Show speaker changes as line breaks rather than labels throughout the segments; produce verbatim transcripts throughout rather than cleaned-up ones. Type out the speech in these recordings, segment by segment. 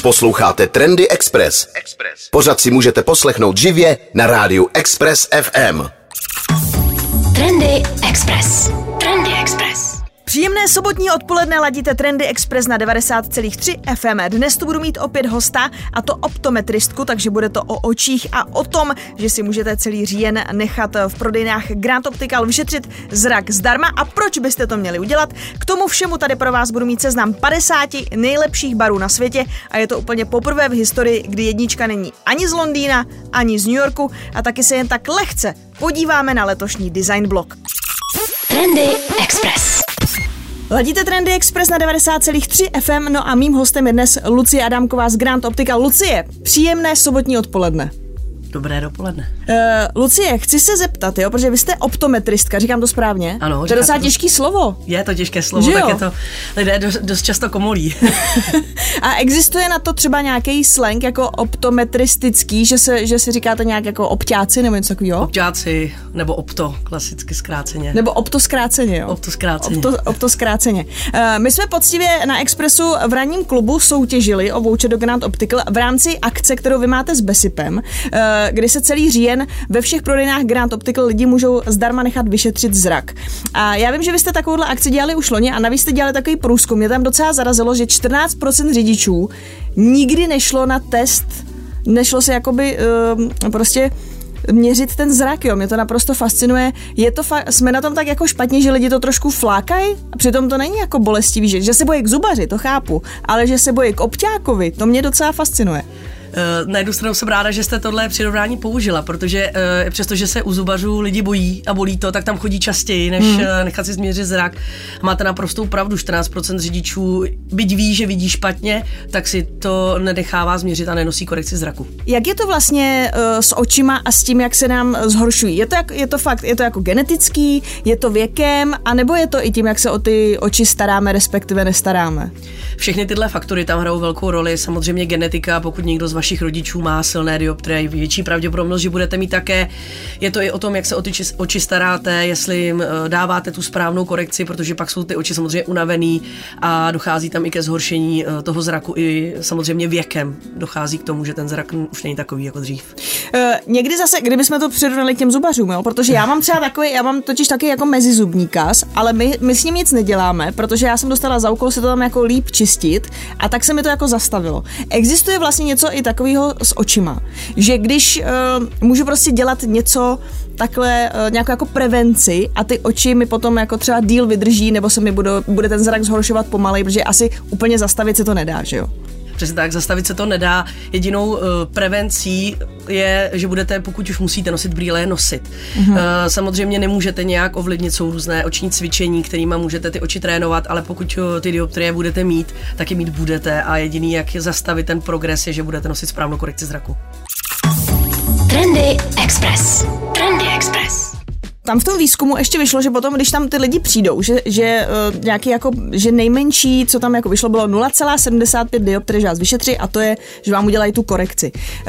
Posloucháte Trendy Express. Pořad si můžete poslechnout živě na rádiu Express F M.
Trendy Express. Trendy Express.
Příjemné sobotní odpoledne, ladíte Trendy Express na devadesát celá tři F M. Dnes tu budu mít opět hosta, a to optometristku, takže bude to o očích a o tom, že si můžete celý říjen nechat v prodejnách Grand Optical vyšetřit zrak zdarma a proč byste to měli udělat. K tomu všemu tady pro vás budu mít seznam padesáti nejlepších barů na světě a je to úplně poprvé v historii, kdy jednička není ani z Londýna, ani z New Yorku a taky se jen tak lehce podíváme na letošní design blog.
Trendy Express.
Ladíte Trendy Express na devadesát celá tři F M, no a mým hostem je dnes Lucie Adámková z Grand Optical. Lucie, příjemné sobotní odpoledne.
Dobré dopoledne.
Uh, Lucie, chci se zeptat, jo, protože vy jste optometristka, říkám to správně?
Ano.
To je docela
to...
těžký slovo.
Je to těžké slovo, tak je to lidé dost, dost často komolí.
A existuje na to třeba nějaký slang jako optometristický, že se, že si říkáte nějak jako opťáci nebo něco takového?
Opťáci nebo opto, klasicky zkráceně.
Nebo opto zkráceně, jo?
Opto zkráceně.
Opto, opto zkráceně. Uh, my jsme poctivě na Expressu v ranním klubu soutěžili o voucher do Grand Optical v rámci akce, kterou vy máte s Besipem, uh, kdy se celý říjen ve všech prodejnách Grand Optical lidi můžou zdarma nechat vyšetřit zrak. A já vím, že vy jste takovouhle akci dělali už loni a navíc jste dělali takový průzkum. Mě tam docela zarazilo, že čtrnáct procent řidičů nikdy nešlo na test, nešlo se jakoby uh, prostě měřit ten zrak, jo. Mě to naprosto fascinuje. Je to fa- jsme na tom tak jako špatně, že lidi to trošku flákají a přitom to není jako bolestivý, že, že se bojí k zubaři, to chápu, ale že se bojí k opťákovi, to mě docela fascinuje.
Uh, na jednu stranu jsem ráda, že jste tohle přirovnání použila, protože uh, přestože se u zubařů lidi bojí a bolí to, tak tam chodí častěji, než hmm. uh, nechat si změřit zrak. Máte naprostou pravdu, čtrnáct procent řidičů, byť ví, že vidí špatně, tak si to nenechává změřit a nenosí korekci zraku. Jak
je to vlastně uh, s očima a s tím, jak se nám zhoršují? Je to, jak, je to fakt, je to jako genetický, je to věkem, anebo je to i tím, jak se o ty oči staráme, respektive nestaráme?
Všechny tyhle faktory tam hrajou velkou roli, samozřejmě genetika, pokud někdo z vašich rodičů má silné dioptrie, větší pravděpodobnost, že budete mít také. Je to i o tom, jak se o ty oči staráte, jestli jim dáváte tu správnou korekci, protože pak jsou ty oči samozřejmě unavený a dochází tam i ke zhoršení toho zraku i samozřejmě věkem. Dochází k tomu, že ten zrak už není takový jako dřív.
Uh, někdy zase, kdybychom to přirovnali k těm zubařům, jo? Protože já mám třeba takový, já mám totiž taky jako mezizubní kas, ale my, my s ním nic neděláme, protože já jsem dostala za úkol se to tam jako líp čistit a tak se mi to jako zastavilo. Existuje vlastně něco i takového s očima, že když uh, můžu prostě dělat něco takhle, uh, nějakou jako prevenci a ty oči mi potom jako třeba díl vydrží, nebo se mi bude, bude ten zrak zhoršovat pomalej, protože asi úplně zastavit se to nedá, že jo?
Přesně tak, zastavit se to nedá. Jedinou uh, prevencí je, že budete, pokud už musíte nosit brýle, nosit. Mm-hmm. Uh, samozřejmě nemůžete nějak ovlivnit, jsou různé oční cvičení, kterými můžete ty oči trénovat, ale pokud uh, ty dioptrie budete mít, tak je mít budete a jediný, jak je zastavit ten progres, je, že budete nosit správnou korekci zraku.
Trendy Express. Trendy Express.
Tam v tom výzkumu ještě vyšlo, že potom, když tam ty lidi přijdou, že, že uh, nějaký jako, že nejmenší, co tam jako vyšlo, bylo nula celá sedmdesát pět dioptrie, že vás vyšetří a to je, že vám udělají tu korekci.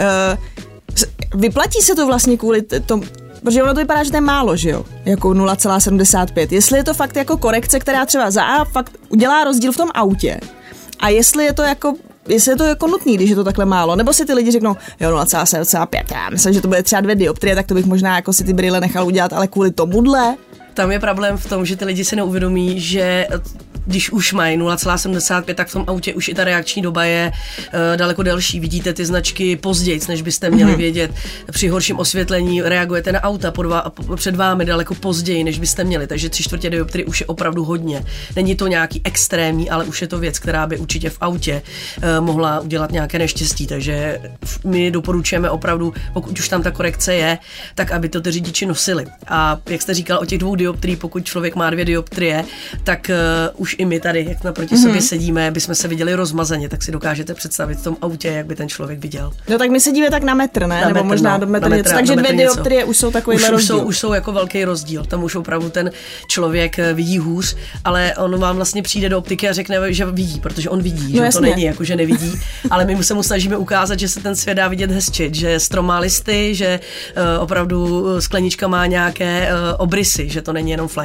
Uh, vyplatí se to vlastně kvůli tomu, protože ono to vypadá, že to je málo, že jo, jako nula celá sedmdesát pět. Jestli je to fakt jako korekce, která třeba za A fakt udělá rozdíl v tom autě a jestli je to jako jestli je to jako nutný, když je to takhle málo, nebo si ty lidi řeknou, jo, nula celá sedmdesát pět, já myslím, že to bude třeba dvě dioptrie, tak to bych možná jako si ty brýle nechal udělat, ale kvůli tomuhle.
Tam je problém v tom, že ty lidi si neuvědomí, že když už mají nula celá sedmdesát pět, tak v tom autě už i ta reakční doba je uh, daleko delší. Vidíte ty značky později, než byste měli mm. vědět. Při horším osvětlení reagujete na auta pod vá, před vámi daleko později, než byste měli. Takže tři čtvrtě dioptrie už je opravdu hodně. Není to nějaký extrémní, ale už je to věc, která by určitě v autě uh, mohla udělat nějaké neštěstí. Takže my doporučujeme opravdu, pokud už tam ta korekce je, tak aby to ty řidiči nosili. A jak jste říkal o těch dvou dioptrií, pokud člověk má dvě dioptrie, tak uh, už i my tady, jak naproti mm-hmm. sobě sedíme, bychom se viděli rozmazaně, tak si dokážete představit v tom autě, jak by ten člověk viděl.
No tak my sedíme tak na metr, ne?
Na
Nebo
metr,
možná
no,
do metr,
metr,
něco. Takže dvě dioptrie už jsou takovýhle rozdíl.
Už jsou, už jsou jako velký rozdíl. Tam už opravdu ten člověk vidí hůř, ale on vám vlastně přijde do optiky a řekne, že vidí, protože on vidí,
no
že
jasně.
To není jako, že nevidí, ale my se mu snažíme ukázat, že se ten svět dá vidět hezčí, že strom má listy, že uh, opravdu sklenička má nějaké uh, obrysy, že to není jenom flek.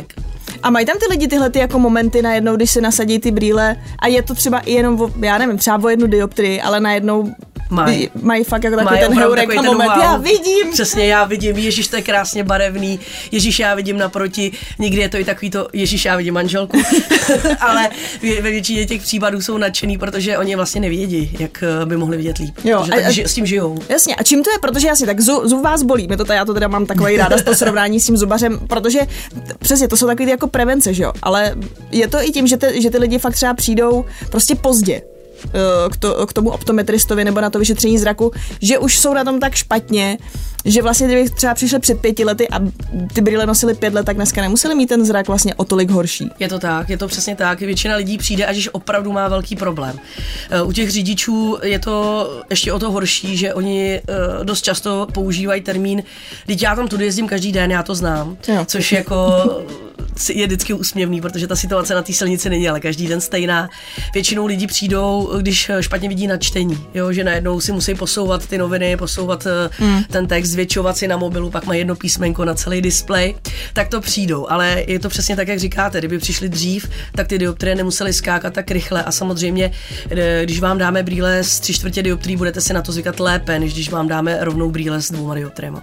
A mají tam ty lidi tyhle ty jako momenty najednou, když si nasadí ty brýle a je to třeba i jenom, o, já nevím, třeba o jednu dioptrii, ale najednou mají maj fakt jako takový ten heurek a moment, wow. Já vidím.
Přesně, já vidím, Ježíš, to je krásně barevný, Ježíš, já vidím naproti, někdy je to i takový to, Ježíš, já vidím manželku, ale ve většině těch případů jsou nadšený, protože oni vlastně nevědí, jak by mohli vidět líp, jo, protože a, tak, a, s tím žijou.
Jasně, a čím to je, protože jasně, tak zub, zub vás bolí, mě to tady, já to teda mám takový ráda z toho srovnání s tím zubařem, protože přesně, to jsou takový ty jako prevence, že jo, ale je to i tím, že, te, že ty lidi fakt třeba přijdou prostě pozdě. K, to, k tomu optometristovi nebo na to vyšetření zraku, že už jsou na tom tak špatně, že vlastně kdyby třeba přišli před pěti lety a ty brýle nosili pět let, tak dneska nemuseli mít ten zrak vlastně o tolik horší.
Je to tak, je to přesně tak. Většina lidí přijde, až když opravdu má velký problém. U těch řidičů je to ještě o to horší, že oni dost často používají termín, teď já tam tudy jezdím každý den, já to znám, jo. Což jako je vždycky úsměvný, protože ta situace na té silnici není ale každý den stejná. Většinou lidi přijdou, když špatně vidí na čtení, jo, že najednou si musí posouvat ty noviny, posouvat mm. ten text, zvětšovat si na mobilu, pak mají jedno písmenko na celý displej, tak to přijdou, ale je to přesně tak, jak říkáte, kdyby přišli dřív, tak ty dioptrie nemusely skákat tak rychle a samozřejmě, když vám dáme brýle s tři čtvrtě dioptrií, budete si na to zvykat lépe, než když vám dáme rovnou brýle s dvouma dioptriema.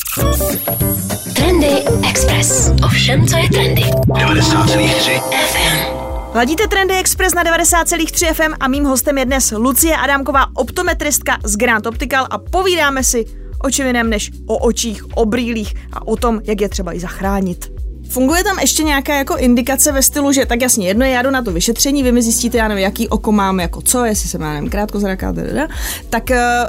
Trendy Express. Ovšem, co je trendy?
devadesát celá tři
F M.
Ladíte Trendy Express na devadesát celá tři F M a mým hostem je dnes Lucie Adámková, optometristka z Grand Optical a povídáme si o čem jiném než o očích, o brýlích a o tom, jak je třeba i zachránit. Funguje tam ještě nějaká jako indikace ve stylu, že tak jasně, jedno je, já jdu na to vyšetření, vy mi zjistíte, já nevím, jaký oko mám, jako co, jestli jsem, já nevím, krátkozraká, tak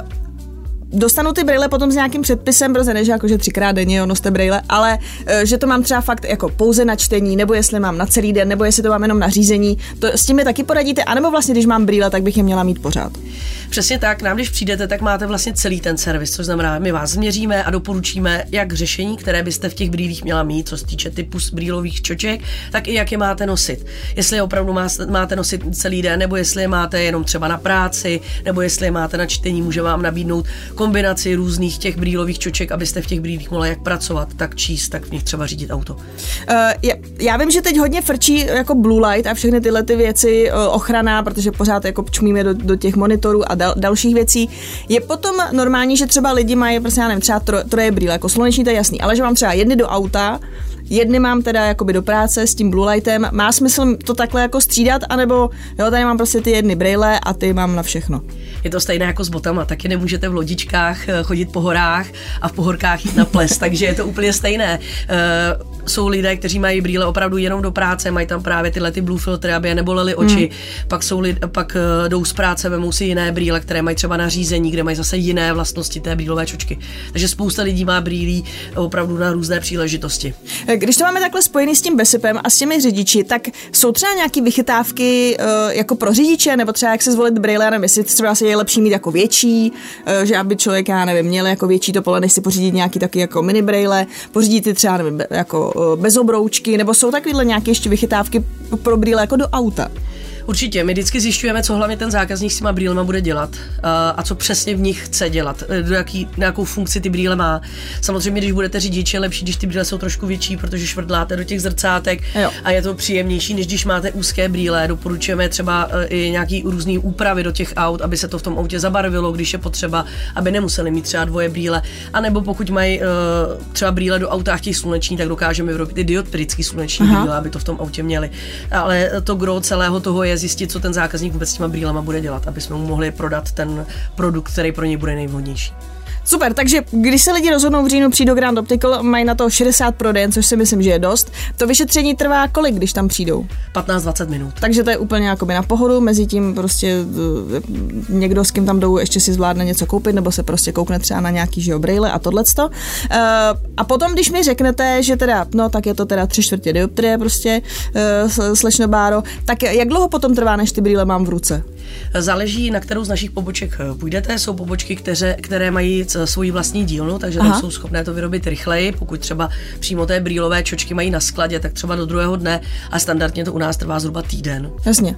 dostanu ty brýle potom s nějakým předpisem, protože ne, že jakože třikrát denně jo, noste brýle, ale že to mám třeba fakt jako pouze na čtení, nebo jestli mám na celý den, nebo jestli to mám jenom na řízení, to s tím mi taky poradíte, anebo vlastně, když mám brýle, tak bych je měla mít pořád.
Přesně tak, nám když přijdete, tak máte vlastně celý ten servis, což znamená, my vás změříme a doporučíme jak řešení, které byste v těch brýlích měla mít, co se týče typu brýlových čoček, tak i jak je máte nosit. Jestli je opravdu máte nosit celý den, nebo jestli je máte jenom třeba na práci, nebo jestli je máte na čtení, může vám nabídnout kombinaci různých těch brýlových čoček, abyste v těch brýlích mohla jak pracovat, tak číst, tak v nich třeba řídit auto.
Uh, já, já vím, že teď hodně frčí jako blue light a všechny tyhle ty věci, uh, ochrana, protože pořád jako čumíme do, do těch monitorů a dal, dalších věcí. Je potom normální, že třeba lidi mají, prostě já nevím, třeba tro, troje brýle, jako sluneční, to je jasný, ale že mám třeba jedny do auta, jedny mám teda jakoby do práce s tím blue lightem. Má smysl to takhle jako střídat, anebo jo, tady mám prostě ty jedny brýle a ty mám na všechno.
Je to stejné jako s botama, taky nemůžete v lodičkách chodit po horách a v pohorkách jít na ples, takže je to úplně stejné. Uh, jsou lidé, kteří mají brýle opravdu jenom do práce, mají tam právě tyhle ty blue filtry, aby je nebolely oči, hmm. pak jsou lid, pak uh, jdou z práce, vemou si jiné brýle, které mají třeba na řízení, kde mají zase jiné vlastnosti té brýlové čočky. Takže spousta lidí má brýlí opravdu na různé příležitosti.
Když to máme takhle spojený s tím besipem a s těmi řidiči, tak jsou třeba nějaký vychytávky uh, jako pro řidiče, nebo třeba jak se zvolit brýle, nevím, jestli třeba asi je lepší mít jako větší, uh, že aby člověk, já nevím, měl jako větší to pole, než si pořídit nějaký taky jako mini brýle, pořídit ty třeba, nevím, jako uh, bez obroučky, nebo jsou takovýhle nějaké ještě vychytávky pro brýle jako do auta?
Určitě, my vždycky zjišťujeme, co hlavně ten zákazník s těma brýlema bude dělat a co přesně v nich chce dělat, do jaký, na jakou funkci ty brýle má. Samozřejmě, když budete řidič, je lepší, když ty brýle jsou trošku větší, protože švrdláte do těch zrcátek jo. A je to příjemnější, než když máte úzké brýle. Doporučujeme třeba i nějaký různý úpravy do těch aut, aby se to v tom autě zabarvilo, když je potřeba, aby nemuseli mít třeba dvoje brýle. A nebo pokud mají třeba brýle do auta chtějí sluneční, tak dokážeme vyrobit i dioptrický sluneční Aha. brýle, aby to v tom autě měli. Ale to gro celého toho je zjistit, co ten zákazník vůbec s těma brýlema bude dělat, aby jsme mu mohli prodat ten produkt, který pro něj bude nejvhodnější.
Super, takže když se lidi rozhodnou v říjnu přijít do Grand Optical, mají na to šedesát pro den, což si myslím, že je dost. To vyšetření trvá kolik, když tam přijdou?
patnáct dvacet minut.
Takže to je úplně jakoby na pohodu, mezi tím prostě někdo, s kým tam jdou, ještě si zvládne něco koupit, nebo se prostě koukne třeba na nějaký žio brýle a tohleto. Uh, a potom, když mi řeknete, že teda, no tak je to teda tři čtvrtě dioptrie prostě, uh, slečno Báro, tak jak dlouho potom trvá, než ty brýle mám v ruce?
Záleží, na kterou z našich poboček půjdete. Jsou pobočky, které, které mají svoji vlastní dílnu, takže Aha. tam jsou schopné to vyrobit rychleji. Pokud třeba přímo té brýlové čočky mají na skladě, tak třeba do druhého dne a standardně to u nás trvá zhruba týden.
Jasně.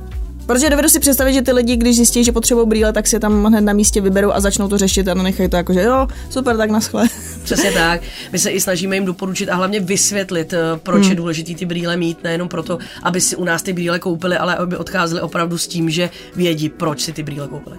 Protože dovedu si představit, že ty lidi, když zjistí, že potřebují brýle, tak si tam hned na místě vyberou a začnou to řešit a nenechají to jako, že jo, super, tak naschle.
Přesně tak. My se i snažíme jim doporučit a hlavně vysvětlit, proč hmm. je důležitý ty brýle mít, nejenom proto, aby si u nás ty brýle koupili, ale aby odcházeli opravdu s tím, že vědí, proč si ty brýle koupili.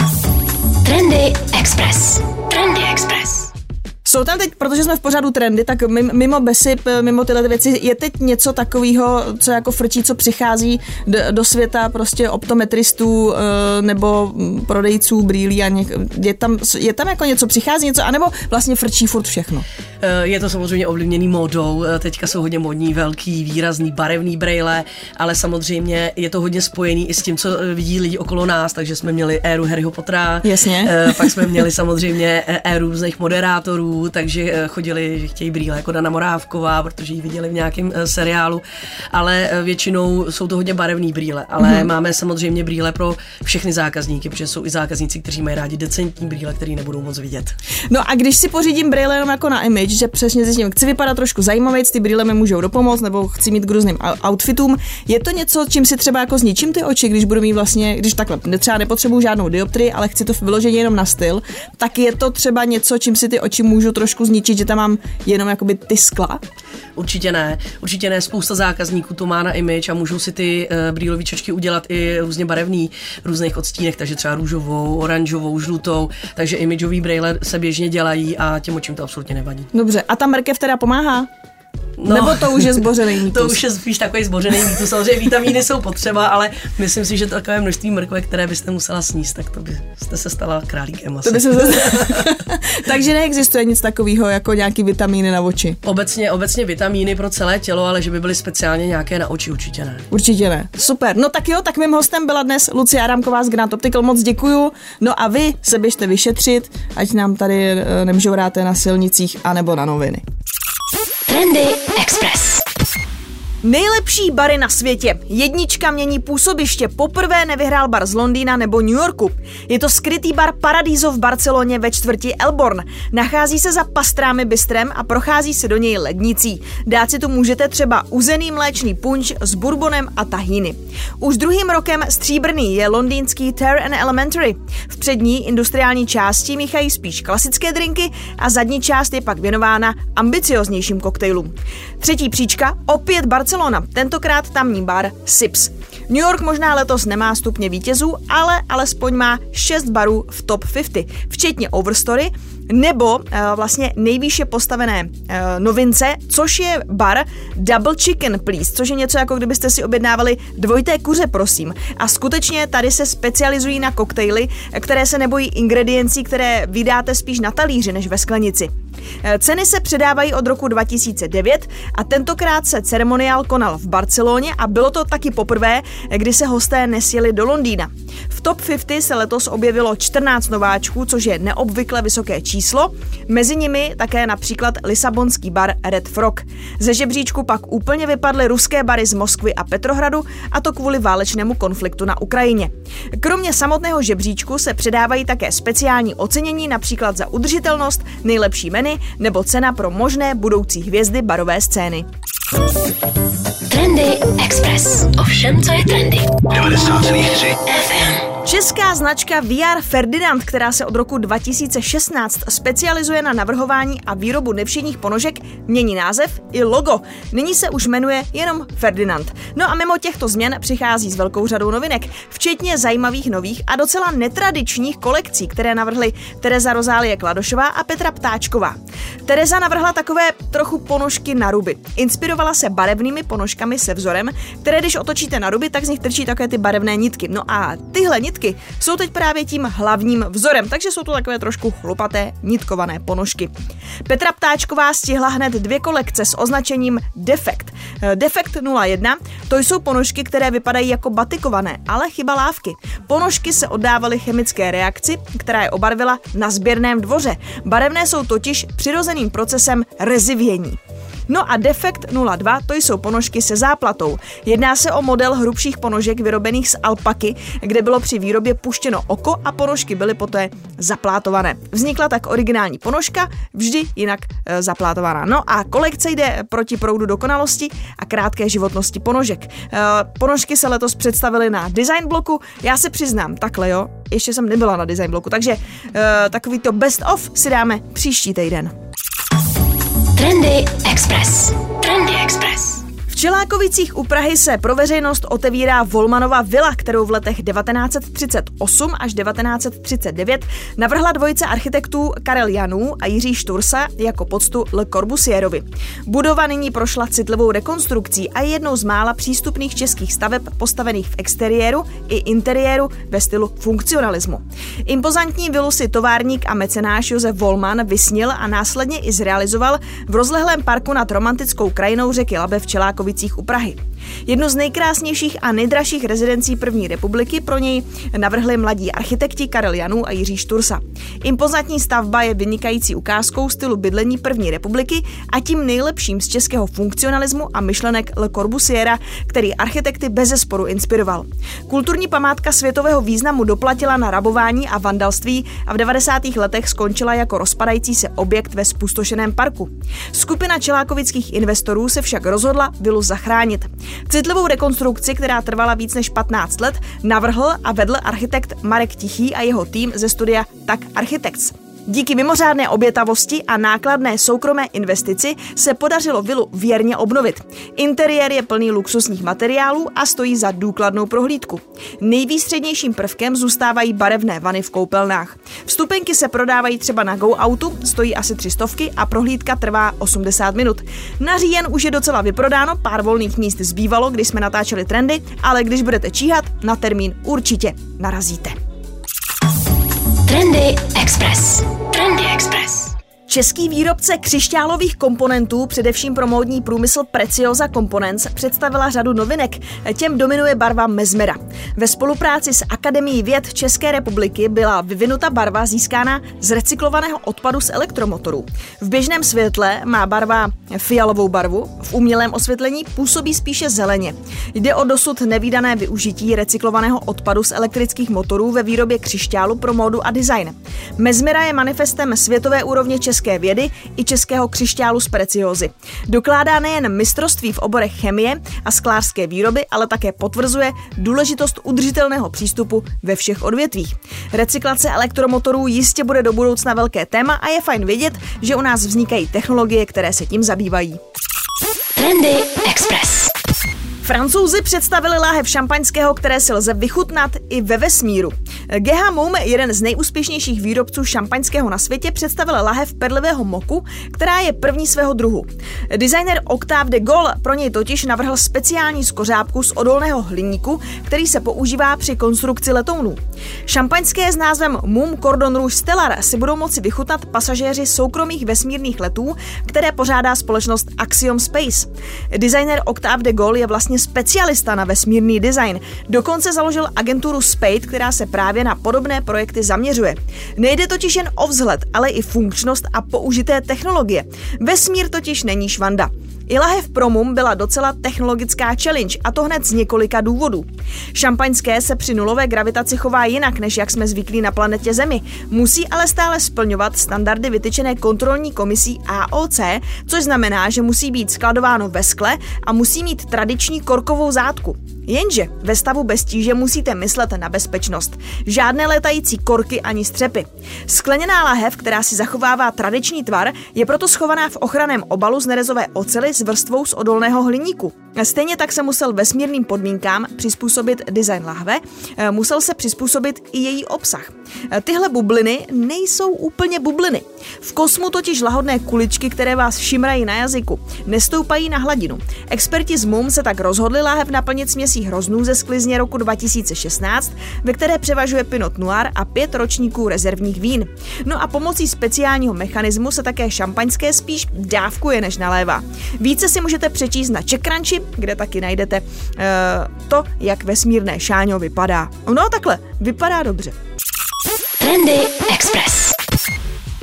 Trendy Express. Trendy Express.
Jsou tam teď, protože jsme v pořadu trendy, tak mimo besip, mimo tyhle věci, je teď něco takového, co jako frčí, co přichází do, do světa prostě optometristů nebo prodejců brýlí a něk, je, tam, je tam jako něco, přichází něco, anebo vlastně frčí furt všechno?
Je to samozřejmě ovlivněný módou, teďka jsou hodně modní, velký, výrazný, barevný brejle, ale samozřejmě je to hodně spojený i s tím, co vidí lidi okolo nás, takže jsme měli éru Harryho Pottera,
jasně.
Pak jsme měli samozřejmě éru různých moderátorů, takže chodili, že chtějí brýle jako Dana Morávková, protože ji viděli v nějakém seriálu, ale většinou jsou to hodně barevný brýle, ale mm-hmm. máme samozřejmě brýle pro všechny zákazníky, protože jsou i zákazníci, kteří mají rádi decentní brýle, který nebudou moc vidět.
No a když si pořídím brýle jenom jako na image, že přesně zjistím, chci vypadat trošku zajímavě, ty brýle mi můžou dopomoct, nebo chci mít k různým outfitům, je to něco, čím si třeba jako zničím ty oči, když budu mít vlastně, když takhle třeba nepotřebuju žádnou dioptrii, ale chci to vyloženě jenom na styl, tak je to třeba něco, čím si ty oči můžu trošku zničit, že tam mám jenom jakoby ty skla?
Určitě ne. Určitě ne. Spousta zákazníků to má na image a můžou si ty uh, brýlové čočky udělat i různě barevný v různých odstínech, takže třeba růžovou, oranžovou, žlutou, takže imageový brýle se běžně dělají a těm očím to absolutně nevadí.
Dobře, a ta mrkev teda pomáhá?
No,
nebo to už je zbořený mýtus?
To už je spíš takový zbořený mýtus. Samozřejmě vitamíny jsou potřeba, ale myslím si, že takové množství mrkve, které byste musela sníst, tak to byste se stala králíkem asi. To by se zase...
Takže neexistuje nic takového jako nějaký vitamíny na oči?
Obecně, obecně vitamíny pro celé tělo, ale že by byly speciálně nějaké na oči, určitě ne.
Určitě ne. Super. No tak jo, tak mým hostem byla dnes Lucie Adámková z Grand Optical. Moc děkuju. No a vy se běžte vyšetřit, ať nám tady nemžouráte na silnicích anebo na noviny.
Trendy Express.
Nejlepší bary na světě. Jednička mění působiště. Poprvé nevyhrál bar z Londýna nebo New Yorku. Je to skrytý bar Paradiso v Barceloně ve čtvrti Elborn. Nachází se za Pastrámi bistrem a prochází se do něj lednicí. Dát si tu můžete třeba uzený mléčný punč s bourbonem a tahíny. Už druhým rokem stříbrný je londýnský Terre and Elementary. V přední industriální části míchají spíš klasické drinky a zadní část je pak věnována ambicioznějším koktejlům. Třetí příčka, opět Barcelona. Tentokrát tamní bar Sips. New York možná letos nemá stupně vítězů, ale alespoň má šest barů v top padesát, včetně Overstory, nebo uh, vlastně nejvýše postavené uh, novince, což je bar Double Chicken Please, což je něco jako kdybyste si objednávali dvojité kuře, prosím. A skutečně tady se specializují na koktejly, které se nebojí ingrediencí, které vydáte spíš na talíři než ve sklenici. Ceny se předávají od roku dva tisíce devět a tentokrát se ceremoniál konal v Barceloně a bylo to taky poprvé, kdy se hosté nesjeli do Londýna. V top padesát se letos objevilo čtrnáct nováčků, což je neobvykle vysoké číslo, mezi nimi také například lisabonský bar Red Frog. Ze žebříčku pak úplně vypadly ruské bary z Moskvy a Petrohradu, a to kvůli válečnému konfliktu na Ukrajině. Kromě samotného žebříčku se předávají také speciální ocenění, například za udržitelnost, nejlepší menu nebo cena pro možné budoucí hvězdy barové scény.
Trendy Express. Ovšem, co je trendy.
devadesát celá tři
ef em.
Česká značka V R Ferdinand, která se od roku dva tisíce šestnáct specializuje na navrhování a výrobu nevšedních ponožek, mění název i logo. Nyní se už jmenuje jenom Ferdinand. No a mimo těchto změn přichází s velkou řadou novinek, včetně zajímavých nových a docela netradičních kolekcí, které navrhly Tereza Rozálie Kladošová a Petra Ptáčková. Tereza navrhla takové trochu ponožky na ruby. Inspirovala se barevnými ponožkami se vzorem, které když otočíte na ruby, tak z nich trčí takové ty barevné nitky. No a tyhle nitky jsou teď právě tím hlavním vzorem, takže jsou to takové trošku chlupaté, nitkované ponožky. Petra Ptáčková stihla hned dvě kolekce s označením Defekt. Defekt nula jedna, to jsou ponožky, které vypadají jako batikované, ale chyba lávky. Ponožky se oddávaly chemické reakci, která je obarvila na sběrném dvoře. Barevné jsou totiž přirozeným procesem rezivění. No a Defekt nula dva, to jsou ponožky se záplatou. Jedná se o model hrubších ponožek vyrobených z alpaky, kde bylo při výrobě puštěno oko a ponožky byly poté zaplátované. Vznikla tak originální ponožka, vždy jinak e, zaplátovaná. No a kolekce jde proti proudu dokonalosti a krátké životnosti ponožek. E, ponožky se letos představily na Design bloku. Já se přiznám, takhle jo, ještě jsem nebyla na Design bloku, takže e, takový to best of si dáme příští týden.
Trendy Express. Trendy Express.
V Čelákovicích u Prahy se pro veřejnost otevírá Volmanova vila, kterou v letech devatenáct set třicet osm až devatenáct set třicet devět navrhla dvojice architektů Karel Janů a Jiří Štursa jako poctu Le Corbusierovi. Budova nyní prošla citlivou rekonstrukcí a je jednou z mála přístupných českých staveb postavených v exteriéru i interiéru ve stylu funkcionalismu. Impozantní vilu si továrník a mecenáš Josef Volman vysnil a následně i zrealizoval v rozlehlém parku nad romantickou krajinou řeky Labe v Čelákovicích u Prahy. Jednu z nejkrásnějších a nejdražších rezidencí první republiky pro něj navrhli mladí architekti Karel Janů a Jiří Štursa. Impozantní stavba je vynikající ukázkou stylu bydlení první republiky a tím nejlepším z českého funkcionalismu a myšlenek Le Corbusiera, který architekty bezesporu inspiroval. Kulturní památka světového významu doplatila na rabování a vandalství a v devadesátých letech skončila jako rozpadající se objekt ve zpustošeném parku. Skupina čelákovických investorů se však rozhodla vilu zachránit. Citlivou rekonstrukci, která trvala víc než patnáct let, navrhl a vedl architekt Marek Tichý a jeho tým ze studia Tak Architects. Díky mimořádné obětavosti a nákladné soukromé investici se podařilo vilu věrně obnovit. Interiér je plný luxusních materiálů a stojí za důkladnou prohlídku. Nejvýstřednějším prvkem zůstávají barevné vany v koupelnách. Vstupenky se prodávají třeba na Go Outu, stojí asi tři stovky a prohlídka trvá osmdesát minut. Na říjen už je docela vyprodáno, pár volných míst zbývalo, když jsme natáčeli trendy, ale když budete číhat, na termín určitě narazíte.
Trendy Express. Trendy Express.
Český výrobce křišťálových komponentů, především pro módní průmysl Preciosa Components, představila řadu novinek. Těm dominuje barva Mesmera. Ve spolupráci s Akademií věd České republiky byla vyvinuta barva získána z recyklovaného odpadu z elektromotorů. V běžném světle má barva fialovou barvu, v umělém osvětlení působí spíše zeleně. Jde o dosud nevídané využití recyklovaného odpadu z elektrických motorů ve výrobě křišťálu pro módu a design. Mesmera je manifestem světové úrovně české vědy i českého křišťálu z Preciosy. Dokládá nejen mistrovství v oborech chemie a sklářské výroby, ale také potvrzuje důležitost udržitelného přístupu ve všech odvětvích. Recyklace elektromotorů jistě bude do budoucna velké téma a je fajn vědět, že u nás vznikají technologie, které se tím zabývají.
Trendy Express.
Francouzi představili láhev šampaňského, které si lze vychutnat i ve vesmíru. G H Mum, jeden z nejúspěšnějších výrobců šampaňského na světě, představil láhev perlivého moku, která je první svého druhu. Designer Octave de Gaulle pro něj totiž navrhl speciální skořápku z odolného hliníku, který se používá při konstrukci letounů. Šampaňské s názvem Mum Cordon Rouge Stellar si budou moci vychutnat pasažéři soukromých vesmírných letů, které pořádá společnost Axiom Space. Designer Octave de Gaulle je vlastně specialista na vesmírný design. Dokonce založil agenturu Spade, která se právě na podobné projekty zaměřuje. Nejde totiž jen o vzhled, ale i funkčnost a použité technologie. Vesmír totiž není švanda. I lahev pro Mum byla docela technologická challenge, a to hned z několika důvodů. Šampaňské se při nulové gravitaci chová jinak, než jak jsme zvyklí na planetě Zemi. Musí ale stále splňovat standardy vytyčené kontrolní komisí A O C, což znamená, že musí být skladováno ve skle a musí mít tradiční korkovou zátku. Jenže ve stavu bez tíže musíte myslet na bezpečnost. Žádné létající korky ani střepy. Skleněná lahev, která si zachovává tradiční tvar, je proto schovaná v ochranném obalu z nerezové oceli s vrstvou z odolného hliníku. Stejně tak se musel vesmírným podmínkám přizpůsobit design lahve, musel se přizpůsobit i její obsah. Tyhle bubliny nejsou úplně bubliny. V kosmu totiž lahodné kuličky, které vás šimrají na jazyku, nestoupají na hladinu. Experti z Mum se tak rozhodli láhev naplnit směsí hroznů ze sklizně roku dva tisíce šestnáct, ve které převažuje Pinot Noir a pět ročníků rezervních vín. No a pomocí speciálního mechanismu se také šampaňské spíš dávkuje než nalévá. Více si můžete přečíst na CzechCrunchi, kde taky najdete uh, to, jak vesmírné šáňo vypadá. No takhle, vypadá dobře.
Trendy Express.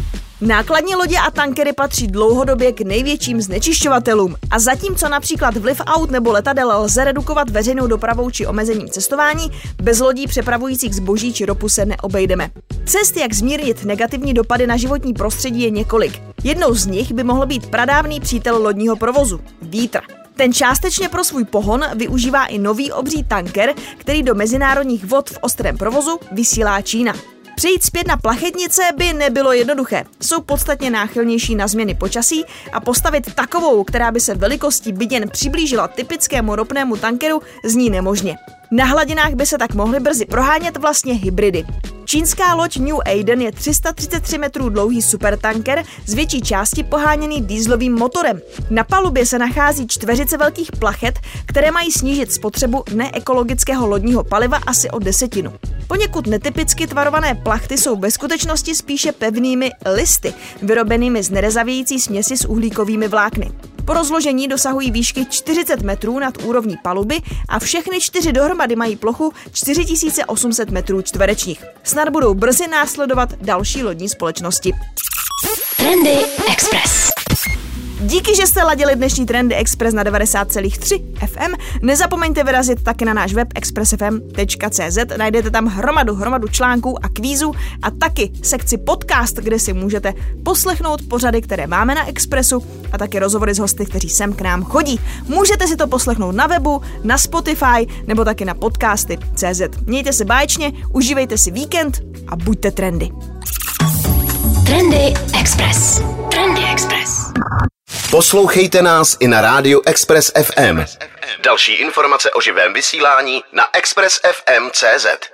Nákladní lodě a tankery patří dlouhodobě k největším znečišťovatelům a zatímco například vliv aut nebo letadel lze redukovat veřejnou dopravou či omezením cestování, bez lodí přepravujících zboží či ropu se neobejdeme. Cest, jak zmírnit negativní dopady na životní prostředí, je několik. Jednou z nich by mohl být pradávný přítel lodního provozu – vítr. Ten částečně pro svůj pohon využívá i nový obří tanker, který do mezinárodních vod v ostrém provozu vysílá Čína. Přejít zpět na plachetnice by nebylo jednoduché. Jsou podstatně náchylnější na změny počasí a postavit takovou, která by se velikostí byť jen přiblížila typickému ropnému tankeru, zní nemožně. Na hladinách by se tak mohly brzy prohánět vlastně hybridy. Čínská loď New Aiden je tři sta třicet tři metrů dlouhý supertanker, z větší části poháněný dieselovým motorem. Na palubě se nachází čtveřice velkých plachet, které mají snížit spotřebu neekologického lodního paliva asi o desetinu. Poněkud netypicky tvarované plachty jsou ve skutečnosti spíše pevnými listy, vyrobenými z nerezavějící směsi s uhlíkovými vlákny. Po rozložení dosahují výšky čtyřicet metrů nad úrovní paluby a všechny čtyři dohromady mají plochu čtyři tisíce osm set metrů čtverečních. Snad budou brzy následovat další lodní společnosti.
Trendy Express.
Díky, že jste ladili dnešní Trendy Express na devadesát celá tři F M. Nezapomeňte vyrazit taky na náš web express f m tečka c z. Najdete tam hromadu, hromadu článků a kvízů a taky sekci podcast, kde si můžete poslechnout pořady, které máme na Expressu a taky rozhovory s hosty, kteří sem k nám chodí. Můžete si to poslechnout na webu, na Spotify nebo taky na podcasty tečka c z. Mějte se báječně, užívejte si víkend a buďte trendy.
Trendy Express. Trendy Express.
Poslouchejte nás i na rádiu Express F M. Další informace o živém vysílání na express f m tečka c z.